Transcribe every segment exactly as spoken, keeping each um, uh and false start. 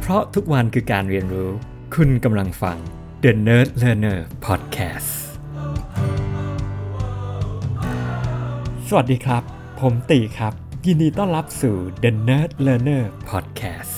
เพราะทุกวันคือการเรียนรู้คุณกำลังฟัง The Nerd Learner Podcast สวัสดีครับผมตีครับยินดีต้อนรับสู่ The Nerd Learner Podcast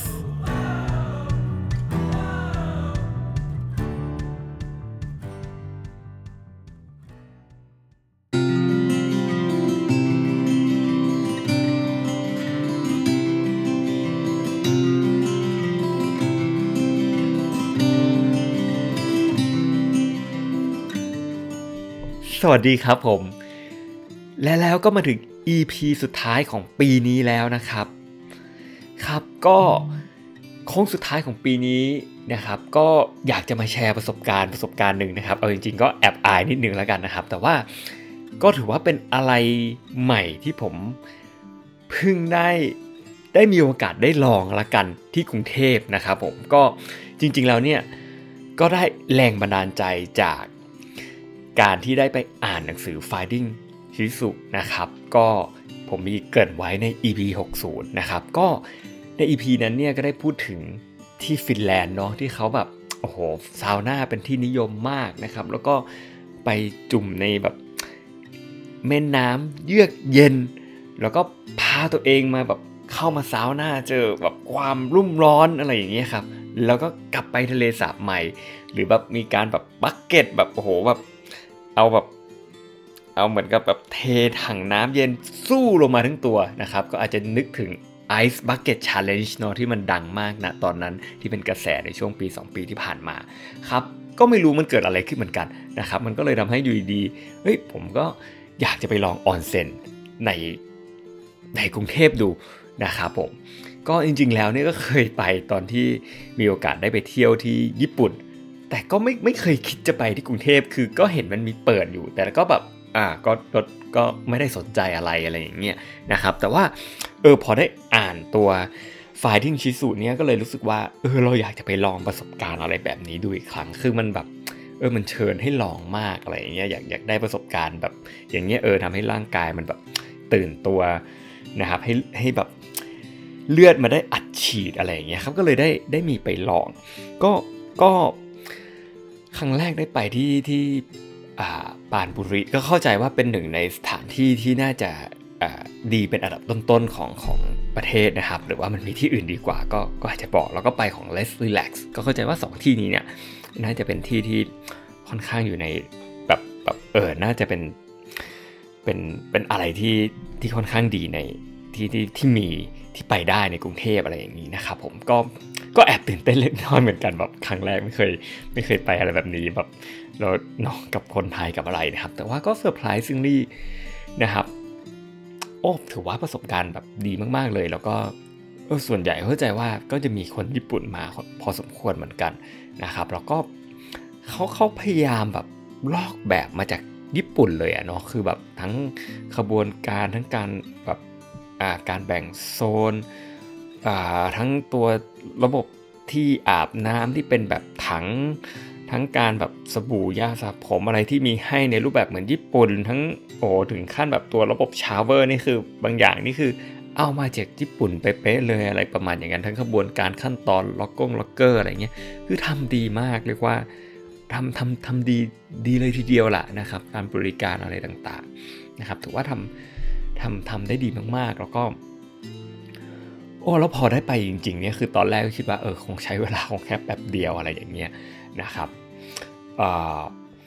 สวัสดีครับผมและแล้วก็มาถึง อี พี สุดท้ายของปีนี้แล้วนะครับครับก็โค้งสุดท้ายของปีนี้นะครับก็อยากจะมาแชร์ประสบการณ์ประสบการณ์หนึ่งนะครับเอาจริงๆก็แอบอายนิดนึงแล้วกันนะครับแต่ว่าก็ถือว่าเป็นอะไรใหม่ที่ผมเพิ่งได้ได้มีโอกาสได้ลองละกันที่กรุงเทพนะครับผมก็จริงๆแล้วเนี่ยก็ได้แรงบันดาลใจจากการที่ได้ไปอ่านหนังสือ Finding Shizu นะครับก็ผมมีเกริ่นไว้ใน อี พี หกสิบนะครับก็ใน อี พี นั้นเนี่ยก็ได้พูดถึงที่ฟินแลนด์เนาะที่เขาแบบโอ้โหซาวน่าเป็นที่นิยมมากนะครับแล้วก็ไปจุ่มในแบบแม่น้ำเยือกเย็นแล้วก็พาตัวเองมาแบบเข้ามาซาวน่าเจอแบบความรุ่มร้อนอะไรอย่างเงี้ยครับแล้วก็กลับไปทะเลสาบใหม่หรือแบบมีการแบบบัคเก็ตแบบโอ้โหแบบเอาแบบเอาเหมือนกับแบบเทถังน้ำเย็นสู้ลงมาทั้งตัวนะครับก็อาจจะนึกถึง Ice Bucket Challenge เนาะที่มันดังมากนะตอนนั้นที่เป็นกระแสในช่วงปีสองปีที่ผ่านมาครับก็ไม่รู้มันเกิดอะไรขึ้นเหมือนกันนะครับมันก็เลยทำให้อยู่ดีๆเฮ้ยผมก็อยากจะไปลองออนเซ็นในในกรุงเทพดูนะครับผมก็จริงๆแล้วเนี่ยก็เคยไปตอนที่มีโอกาสได้ไปเที่ยวที่ญี่ปุ่นแต่ก็ไม่ไม่เคยคิดจะไปที่กรุงเทพคือก็เห็นมันมีเปิดอยู่แต่ก็แบบอ่าก็ก็ก็ไม่ได้สนใจอะไรอะไรอย่างเงี้ยนะครับแต่ว่าเออพอได้อ่านตัว Finding Shizu เนี่ยก็เลยรู้สึกว่าเออเราอยากจะไปลองประสบการณ์อะไรแบบนี้ดูอีกครั้งคือมันแบบเออมันเชิญให้ลองมากอะไรอย่างเงี้ยอยากอยากได้ประสบการณ์แบบอย่างเงี้ยเออทำให้ร่างกายมันแบบตื่นตัวนะครับให้ให้แบบเลือดมาได้อัดฉีดอะไรอย่างเงี้ยครับก็เลยได้ได้มีไปลองก็ก็ครั้งแรกได้ไปที่ที่อ่าปรานบุรีก็เข้าใจว่าเป็นหนึ่งในสถานที่ที่น่าจะอ่าดีเป็นอันดับต้นๆของของประเทศนะครับหรือว่ามันมีที่อื่นดีกว่าก็ก็อาจจะบอกแล้วก็ไปของ Let's Relax ก็เข้าใจว่าสองที่นี้เนี่ยน่าจะเป็นที่ที่ค่อนข้างอยู่ในแบบแบบเออน่าจะเป็นเป็นเป็นอะไรที่ที่ค่อนข้างดีในที่ที่ที่มีที่ไปได้ในกรุงเทพอะไรอย่างนี้นะครับผมก็ก็แอบตื่นเต้นเล็กน้อยเหมือนกันแบบครั้งแรกไม่เคยไม่เคยไปอะไรแบบนี้แบบเราเนาะกับคนไทยกับอะไรนะครับแต่ว่าก็เซอร์ไพรส์ซึ่งนี่นะครับโอ้ถือว่าประสบการณ์แบบดีมากๆเลยแล้วก็เออส่วนใหญ่เข้าใจว่าก็จะมีคนญี่ปุ่นมาพอสมควรเหมือนกันนะครับแล้วก็เขาเขาพยายามแบบลอกแบบมาจากญี่ปุ่นเลยอะเนาะคือแบบทั้งขบวนการทั้งการแบบอ่าการแบ่งโซนอ่าทั้งตัวระบบที่อาบน้ำที่เป็นแบบถังทั้งการแบบสบู่ยาสระผมอะไรที่มีให้ในรูปแบบเหมือนญี่ปุ่นทั้งโอ้ถึงขั้นแบบตัวระบบชาวเวอร์นี่คือบางอย่างนี่คือเอามาจากญี่ปุ่นเป๊ะๆเลยอะไรประมาณอย่างนั้นทั้งขบวนการขั้นตอนล็อกก้งล็อกเกอร์อะไรเงี้ยคือทำดีมากเรียกว่าทำทำทำดีดีเลยทีเดียวล่ะนะครับการบริการอะไรต่างๆนะครับถือว่าทำทำทำได้ดีมากๆแล้วก็โอ้แล้วพอได้ไปจริงๆเนี่ยคือตอนแรกก็คิดว่าเออคงใช้เวลาคงแค่แป๊บเดียวอะไรอย่างเงี้ยนะครับอ่า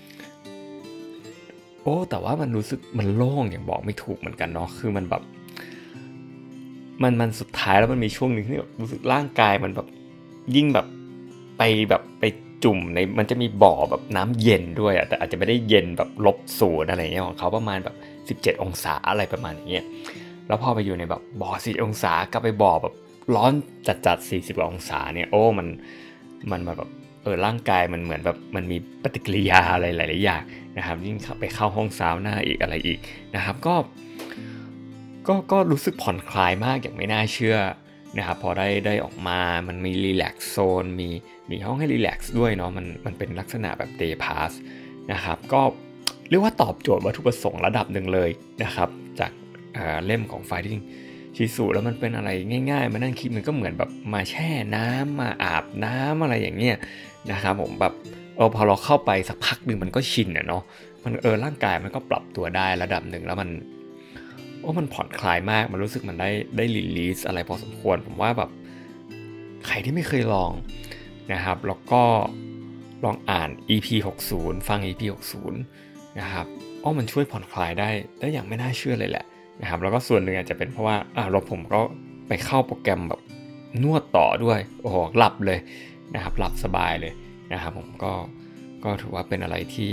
โอ้แต่ว่ามันรู้สึกมันโล่งอย่างบอกไม่ถูกเหมือนกันเนาะคือมันแบบมันมันสุดท้ายแล้วมันมีช่วงนึงที่แบบรู้สึกร่างกายมันแบบยิ่งแบบไปแบบไปจุ่มในมันจะมีบ่อแบบน้ำเย็นด้วยอะแต่อาจจะไม่ได้เย็นแบบลบศูนย์อะไรเงี้ยของเขาประมาณแบบสิบเจ็ดองศาอะไรประมาณอย่างเงี้ยแล้วพอไปอยู่ในแบบบ่อสี่องศากลับไปบ่อแบบร้อนจัดๆสี่สิบองศาเนี่ยโอ้มันมันแบบเออร่างกายมันเหมือนแบบมันมีปฏิกิริยาอะไรหลายๆอย่างนะครับยิ่งไปเข้าห้องซาวน่าอีกอะไรอีกนะครับก็ก็ก็รู้สึกผ่อนคลายมากอย่างไม่น่าเชื่อนะครับพอได้ได้ออกมามันมีรีแลกซ์โซนมีมีห้องให้รีแลกซ์ด้วยเนาะมันมันเป็นลักษณะแบบ day pass นะครับก็เรียกว่าตอบโจทย์วัตถุประสงค์ระดับหนึ่งเลยนะครับจากเล่มของ Finding ชิสุแล้วมันเป็นอะไรง่ายๆมานั่งคิดมันก็เหมือนแบบมาแช่น้ำมาอาบน้ำอะไรอย่างเงี้ยนะครับผมแบบเออพอเราเข้าไปสักพักนึงมันก็ชินอ่ะเนาะมันเออร่างกายมันก็ปรับตัวได้ระดับหนึ่งแล้วมันโอ้มันผ่อนคลายมากมันรู้สึกมันได้ได้รีลีสอะไรพอสมควรผมว่าแบบใครที่ไม่เคยลองนะครับแล้วก็ลองอ่าน อี พี หกสิบฟัง อี พี หกสิบนะครับอ้อมันช่วยผ่อนคลายได้ได้อย่างไม่น่าเชื่อเลยแหละนะครับแล้วก็ส่วนหนึ่งอาจจะเป็นเพราะว่าอ่ารถผมก็ไปเข้าโปรแกรมแบบนวดต่อด้วยโอ้โหหลับเลยนะครับหลับสบายเลยนะครับผมก็ก็ถือว่าเป็นอะไรที่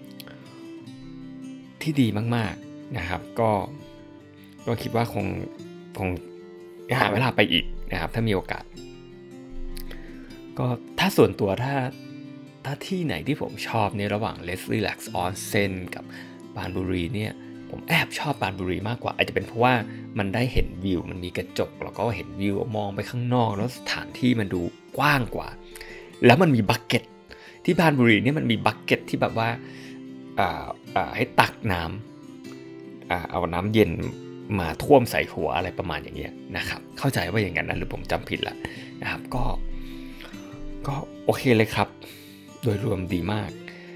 ที่ดีมากๆนะครับก็ก็คิดว่าคงคงหาเวลาไปอีกนะครับถ้ามีโอกาสก็ถ้าส่วนตัวถ้าถ้าที่ไหนที่ผมชอบเนี่ยระหว่าง Let's Relax Onsen กับบานบุรีเนี่ยผมแอบชอบบานบุรีมากกว่าอาจจะเป็นเพราะว่ามันได้เห็นวิวมันมีกระจกแล้วก็เห็นวิวมองไปข้างนอกแล้วสถานที่มันดูกว้างกว่าแล้วมันมีบักเก็ตที่บานบุรีเนี่ยมันมีบักเก็ตที่แบบว่าอ่าอ่าให้ตักน้ำอ่าเอาน้ำเย็นมาท่วมใส่หัวอะไรประมาณอย่างเงี้ยนะครับเข้าใจว่าอย่างนั้นนะหรือผมจำผิดละนะครับก็ก็โอเคเลยครับโดยรวมดีมาก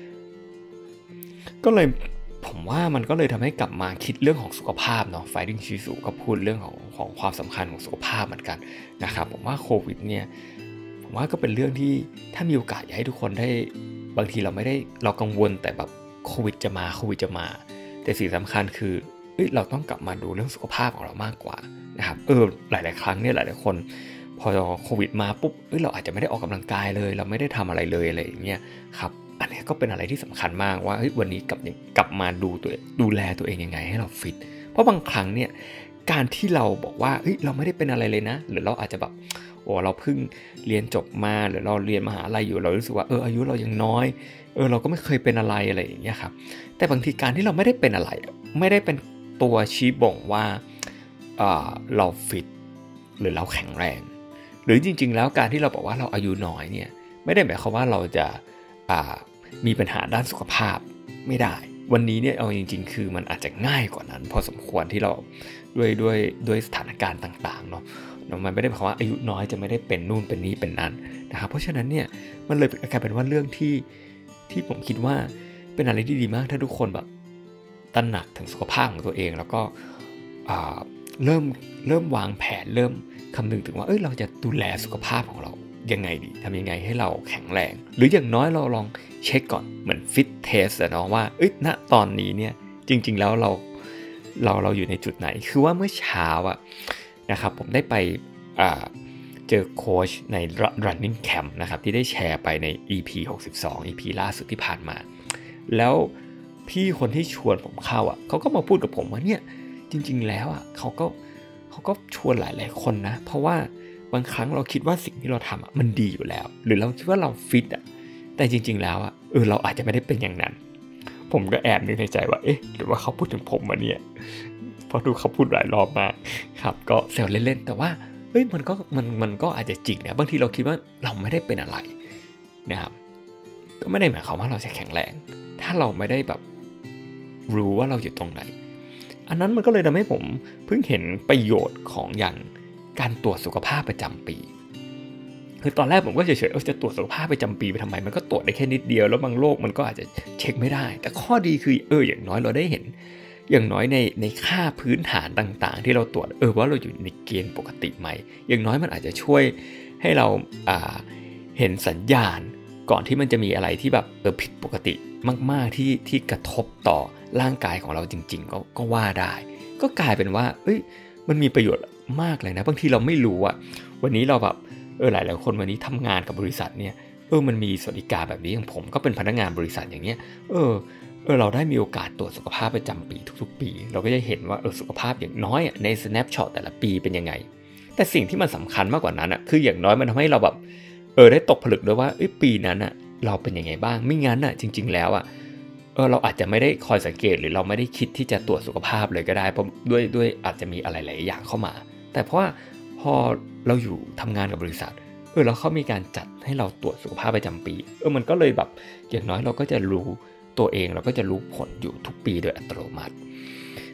ก็เลยผมว่ามันก็เลยทำให้กลับมาคิดเรื่องของสุขภาพเนาะ Fighting Shizu ก็พูดเรื่องของของความสำคัญของสุขภาพเหมือนกันนะครับผมว่าโควิดเนี่ยผมว่าก็เป็นเรื่องที่ถ้ามีโอกาสอยากให้ทุกคนได้บางทีเราไม่ได้เรากังวลแต่แบบโควิดจะมาโควิดจะมาแต่สิ่งสำคัญคือเอ้ยเราต้องกลับมาดูเรื่องสุขภาพของเรามากกว่านะครับเออหลายๆครั้งเนี่ยหลายๆคนพอโควิดมาปุ๊บเอ้ยเราอาจจะไม่ได้ออกกำลังกายเลยเราไม่ได้ทำอะไรเลยอะไรอย่างเงี้ยครับอันนี้ก็เป็นอะไรที่สำคัญมากว่าเฮ้ยวันนี้กลับกลับมาดูตัวดูแลตัวเองยังไงให้เราฟิตเพราะบางครั้งเนี่ยการที่เราบอกว่าเฮ้ยเราไม่ได้เป็นอะไรเลยนะหรือเราอาจจะแบบโอ้เราเพิ่งเรียนจบมาหรือเราเรียนมหาลัยอยู่เรารู้สึกว่าเอออายุเรายังน้อยเออเราก็ไม่เคยเป็นอะไรอะไรอย่างเงี้ยครับแต่บางทีการที่เราไม่ได้เป็นอะไรไม่ได้เป็นตัวชี้บ่งว่าเออเราฟิตหรือเราแข็งแรงหรือจริงๆแล้วการที่เราบอกว่าเราอายุน้อยเนี่ยไม่ได้หมายความว่าเราจะมีปัญหาด้านสุขภาพไม่ได้วันนี้เนี่ยเอาจริงๆคือมันอาจจะง่ายกว่านั้นพอสมควรที่เราด้วยด้วยด้วยสถานการณ์ต่างๆเนาะมันไม่ได้หมายความว่าอายุน้อยจะไม่ได้เป็นนู่นเป็นนี่เป็นนั่นนะครับเพราะฉะนั้นเนี่ยมันเลยกลายเป็นว่าเรื่องที่ที่ผมคิดว่าเป็นอะไรที่ดีมากถ้าทุกคนแบบตระหนักถึงสุขภาพของตัวเองแล้วก็เริ่มเริ่มวางแผนเริ่มคำนึงถึงว่าเอ้ยเราจะดูแลสุขภาพของเรายังไงดีทำยังไงให้เราแข็งแรงหรืออย่างน้อยเราลองเช็คก่อนเหมือนฟิตเทสอะเนาะว่าเอ้ยณตอนนี้เนี่ยจริงๆแล้วเราเราเราอยู่ในจุดไหนคือว่าเมื่อเช้าอะนะครับผมได้ไปเจอโค้ชใน running camp นะครับที่ได้แชร์ไปใน อี พี หกสิบสอง อี พี ล่าสุดที่ผ่านมาแล้วพี่คนที่ชวนผมเข้าอ่ะเขาก็มาพูดกับผมว่าเนี่ยจริงๆแล้วอ่ะเขาก็เขาก็ชวนหลายๆคนนะเพราะว่าบางครั้งเราคิดว่าสิ่งที่เราทำอ่ะมันดีอยู่แล้วหรือเราคิดว่าเราฟิตอ่ะแต่จริงๆแล้วอ่ะเออเราอาจจะไม่ได้เป็นอย่างนั้นผมก็แอบนึกในใจว่าเอ๊ะหรือว่าเขาพูดถึงผมวะเนี่ยเพราะดูเขาพูดหลายรอบมากครับก็แซวเล่นๆแต่ว่าเฮ้ยมันก็มันมันก็อาจจะจริงนะบางทีเราคิดว่าเราไม่ได้เป็นอะไรนะครับก็ไม่ได้หมายความว่าเราจะแข็งแรงถ้าเราไม่ได้แบบรู้ว่าเราอยู่ตรงไหนอันนั้นมันก็เลยทำให้ผมเพิ่งเห็นประโยชน์ของอย่างการตรวจสุขภาพประจำปีคือตอนแรกผมก็เฉยๆเออจะตรวจสุขภาพประจำปีไปทำไมมันก็ตรวจได้แค่นิดเดียวแล้วบางโรคมันก็อาจจะเช็คไม่ได้แต่ข้อดีคือเอออย่างน้อยเราได้เห็นอย่างน้อยในในค่าพื้นฐานต่างๆที่เราตรวจเออว่าเราอยู่ในเกณฑ์ปกติไหมอย่างน้อยมันอาจจะช่วยให้เราอ่าเห็นสัญญาณก่อนที่มันจะมีอะไรที่แบบเออผิดปกติมากๆที่ที่กระทบต่อร่างกายของเราจริงๆก็ก็ว่าได้ก็กลายเป็นว่าเอ้ยมันมีประโยชน์มากเลยนะบางทีเราไม่รู้อะวันนี้เราแบบเออหลายๆคนวันนี้ทำงานกับบริษัทเนี่ยเออมันมีสวัสดิการแบบนี้อย่างผมก็เป็นพนักงานบริษัทอย่างเงี้ยเออเออเราได้มีโอกาสตรวจสุขภาพประจำปีทุกๆปีเราก็จะเห็นว่าเออสุขภาพอย่างน้อยใน snapshot แต่ละปีเป็นยังไงแต่สิ่งที่มันสำคัญมากกว่านั้นอะคืออย่างน้อยมันทำให้เราแบบเออได้ตกผลึกด้วยว่าเอ้ยปีนั้นอะเราเป็นยังไงบ้างไม่งั้นอะจริงๆแล้วอะเออเราอาจจะไม่ได้คอยสังเกตหรือเราไม่ได้คิดที่จะตรวจสุขภาพเลยก็ได้เพราะด้วยด้วยอาจจะมีอะไรหลายอย่างเข้ามาแต่เพราะว่าพอเราอยู่ทำงานกับบริษัทเออแล้วเขามีการจัดให้เราตรวจสุขภาพประจำปีเออมันก็เลยแบบอย่างน้อยเราก็จะรู้ตัวเองเราก็จะรู้ผลอยู่ทุกปีโดยอัตโนมัติ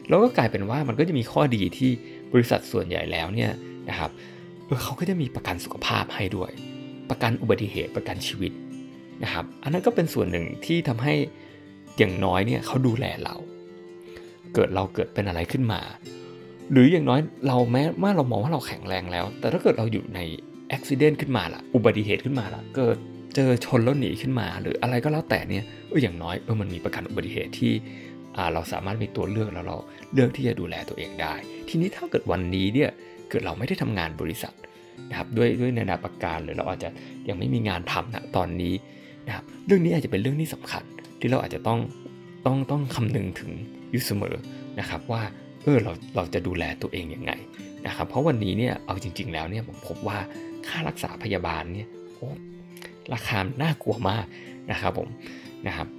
แล้วก็กลายเป็นว่ามันก็จะมีข้อดีที่บริษัทส่วนใหญ่แล้วเนี่ยนะครับเออเขาก็จะมีประกันสุขภาพให้ด้วยประกันอุบัติเหตุประกันชีวิตนะครับอันนั้นก็เป็นส่วนหนึ่งที่ทำให้อย่างน้อยเนี่ยเขาดูแลเราเกิดเราเกิดเป็นอะไรขึ้นมาหรืออย่างน้อยเราแม้ว่าเรามองว่าเราแข็งแรงแล้วแต่ถ้าเกิดเราอยู่ในอุบัติเหตุขึ้นมาล่ะอุบัติเหตุขึ้นมาล่ะเกิดเจอชนแล้วหนีขึ้นมาหรืออะไรก็แล้วแต่เนี่ยเอออย่างน้อยเออมันมีประกันอุบัติเหตุที่อ่าเราสามารถมีตัวเลือกแล้วเราเลือกที่จะดูแลตัวเองได้ทีนี้ถ้าเกิดวันนี้เนี่ยเกิดเราไม่ได้ทำงานบริษัทนะครับด้วยด้วยนานาประการหรือเราอาจจะยังไม่มีงานทำณตอนนี้นะครับเรื่องนี้อาจจะเป็นเรื่องที่สำคัญที่เราอาจจะต้องต้องต้องคำนึงถึงอยู่เสมอนะครับว่าเออเราเราจะดูแลตัวเองยังไงนะครับเพราะวันนี้เนี่ยเอาจริงๆแล้วเนี่ยผมพบว่าค่ารักษาพยาบาลเนี่ยโอ้ราคาน่ากลัวมากนะครับผมนะครับ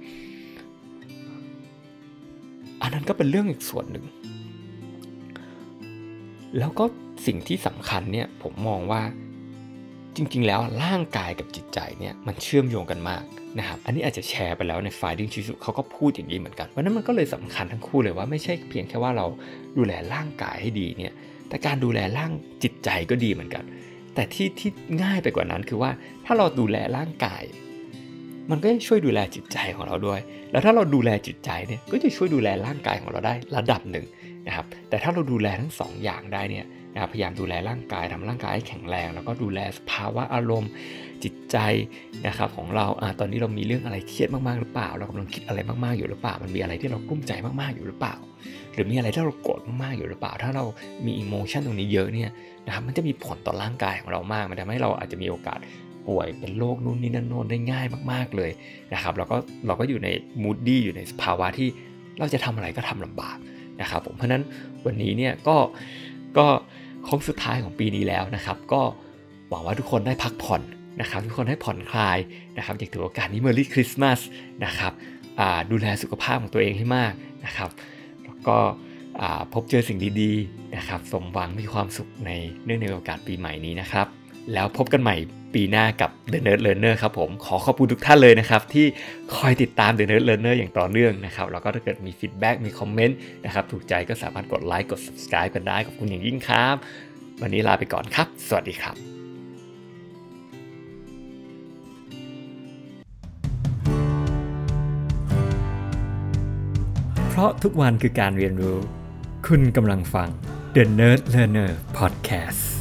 อันนั้นก็เป็นเรื่องอีกส่วนหนึ่งแล้วก็สิ่งที่สำคัญเนี่ยผมมองว่าจริงๆแล้วร่างกายกับจิตใจเนี่ยมันเชื่อมโยงกันมากนะครับอันนี้อาจจะแชร์ไปแล้วใน Finding Chizu เขาก็พูดอย่างนี้เหมือนกันเพราะนั้นมันก็เลยสำคัญทั้งคู่เลยว่าไม่ใช่เพียงแค่ว่าเราดูแลร่างกายให้ดีเนี่ยแต่การดูแลร่างจิตใจก็ดีเหมือนกันแต่ที่ที่ง่ายไปกว่านั้นคือว่าถ้าเราดูแลร่างกายมันก็ช่วยดูแลจิตใจของเราด้วยแล้วถ้าเราดูแลจิตใจเนี่ยก็จะช่วยดูแลร่างกายของเราได้ระดับหนึ่งนะครับแต่ถ้าเราดูแลทั้งสองอย่างได้เนี่ยนะครับพยายามดูแลร่างกายทำร่างกายให้แข็งแรงแล้วก็ดูแลสภาวะอารมณ์จิตใจนะครับของเราอ่าตอนนี้เรามีเรื่องอะไรเครียดมากๆหรือเปล่าเรากำลังคิดอะไรมากๆอยู่หรือเปล่ามันมีอะไรที่เรากลุ้มใจมากๆอยู่หรือเปล่าหรือมีอะไรที่เราโกรธมากๆอยู่หรือเปล่าถ้าเรามีอิโมชันตรงนี้เยอะเนี่ยนะครับมันจะมีผลต่อร่างกายของเรามากมันทำให้เราอาจจะมีโอกาสป่วยเป็นโรคนู่นนี่นั่นโน่นได้ง่ายมากๆเลยนะครับแล้วก็เราก็อยู่ในมูดดี้อยู่ในภาวะที่เราจะทำอะไรก็ทำลำบากนะครับผมเพราะนั้นวันนี้เนี่ยก็ก็โค้งสุดท้ายของปีนี้แล้วนะครับก็หวังว่าทุกคนได้พักผ่อนนะครับทุกคนได้ผ่อนคลายนะครับอยากถือโอกาสนี้ Merry Christmas นะครับดูแลสุขภาพของตัวเองให้มากนะครับแล้วก็พบเจอสิ่งดีๆนะครับสมหวังมีความสุขในเนื่องในโอกาสปีใหม่นี้นะครับแล้วพบกันใหม่ปีหน้ากับ The Nerd Learner ครับผมขอขอบคุณทุกท่านเลยนะครับที่คอยติดตาม The Nerd Learner อย่างต่อเนื่องนะครับแล้วก็ถ้าเกิดมีฟีดแบ็กมีคอมเมนต์นะครับถูกใจก็สามารถกดไลค์กด Subscribe กันได้ขอบคุณอย่างยิ่งครับวันนี้ลาไปก่อนครับสวัสดีครับเพราะทุกวันคือการเรียนรู้คุณกำลังฟัง The Nerd Learner Podcast